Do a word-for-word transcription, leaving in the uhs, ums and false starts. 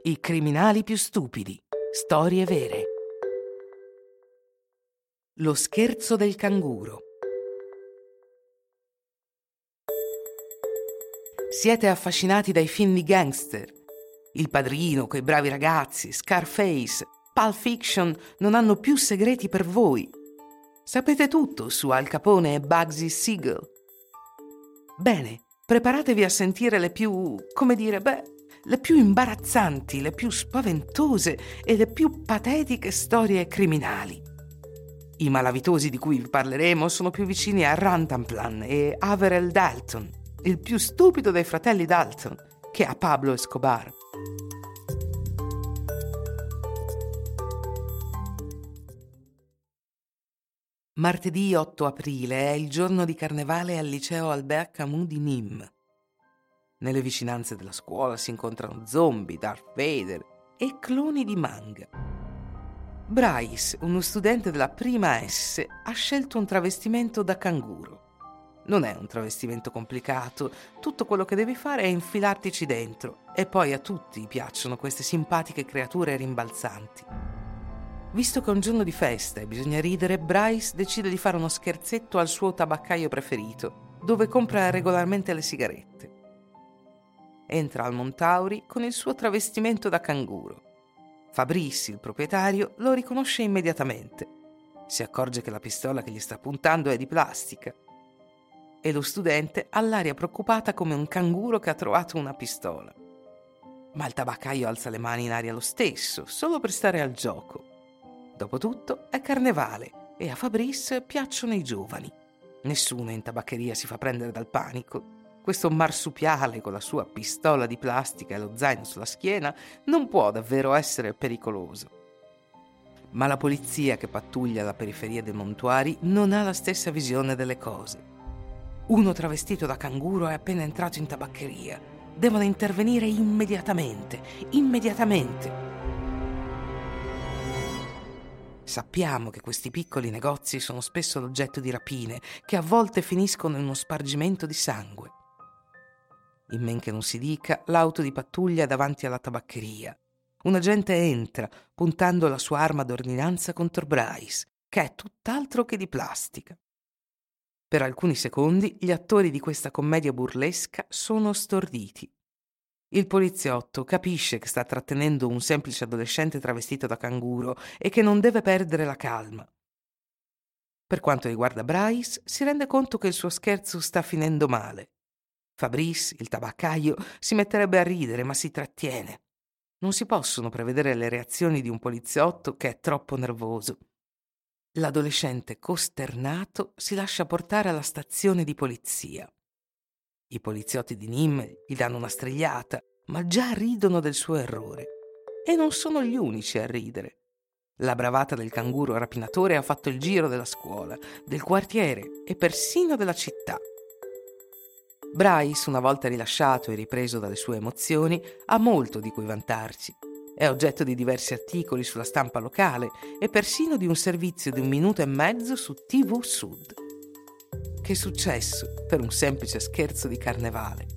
I criminali più stupidi. Storie vere. Lo scherzo del canguro. Siete affascinati dai film di gangster? Il Padrino, Quei bravi ragazzi, Scarface, Pulp Fiction non hanno più segreti per voi. Sapete tutto su Al Capone e Bugsy Siegel. Bene, preparatevi a sentire le più, come dire, beh, le più imbarazzanti, le più spaventose e le più patetiche storie criminali. I malavitosi di cui vi parleremo sono più vicini a Rantanplan e Averell Dalton, il più stupido dei fratelli Dalton, che a Pablo Escobar. Martedì otto aprile è il giorno di carnevale al liceo Albert Camus di Nîmes. Nelle vicinanze della scuola si incontrano zombie, Darth Vader e cloni di manga. Bryce, uno studente della prima S, ha scelto un travestimento da canguro. Non è un travestimento complicato, tutto quello che devi fare è infilartici dentro e poi a tutti piacciono queste simpatiche creature rimbalzanti. Visto che è un giorno di festa e bisogna ridere, Bryce decide di fare uno scherzetto al suo tabaccaio preferito, dove compra regolarmente le sigarette. Entra al Montauri con il suo travestimento da canguro. Fabrice, il proprietario, lo riconosce immediatamente. Si accorge che la pistola che gli sta puntando è di plastica. E lo studente ha l'aria preoccupata come un canguro che ha trovato una pistola. Ma il tabaccaio alza le mani in aria lo stesso, solo per stare al gioco. Dopotutto è carnevale e a Fabrice piacciono i giovani. Nessuno in tabaccheria si fa prendere dal panico. Questo marsupiale con la sua pistola di plastica e lo zaino sulla schiena non può davvero essere pericoloso. Ma la polizia che pattuglia la periferia dei Montuari non ha la stessa visione delle cose. Uno travestito da canguro è appena entrato in tabaccheria. Devono intervenire immediatamente, immediatamente. Sappiamo che questi piccoli negozi sono spesso l'oggetto di rapine che a volte finiscono in uno spargimento di sangue. In men che non si dica, l'auto di pattuglia è davanti alla tabaccheria. Un agente entra, puntando la sua arma d'ordinanza contro Bryce, che è tutt'altro che di plastica. Per alcuni secondi gli attori di questa commedia burlesca sono storditi. Il poliziotto capisce che sta trattenendo un semplice adolescente travestito da canguro e che non deve perdere la calma. Per quanto riguarda Bryce, si rende conto che il suo scherzo sta finendo male. Fabrice, il tabaccaio, si metterebbe a ridere, ma si trattiene. Non si possono prevedere le reazioni di un poliziotto che è troppo nervoso. L'adolescente, costernato, si lascia portare alla stazione di polizia. I poliziotti di Nîmes gli danno una strigliata, ma già ridono del suo errore. E non sono gli unici a ridere. La bravata del canguro rapinatore ha fatto il giro della scuola, del quartiere e persino della città. Bryce, una volta rilasciato e ripreso dalle sue emozioni, ha molto di cui vantarsi. È oggetto di diversi articoli sulla stampa locale e persino di un servizio di un minuto e mezzo su T V Sud. Che successo per un semplice scherzo di carnevale.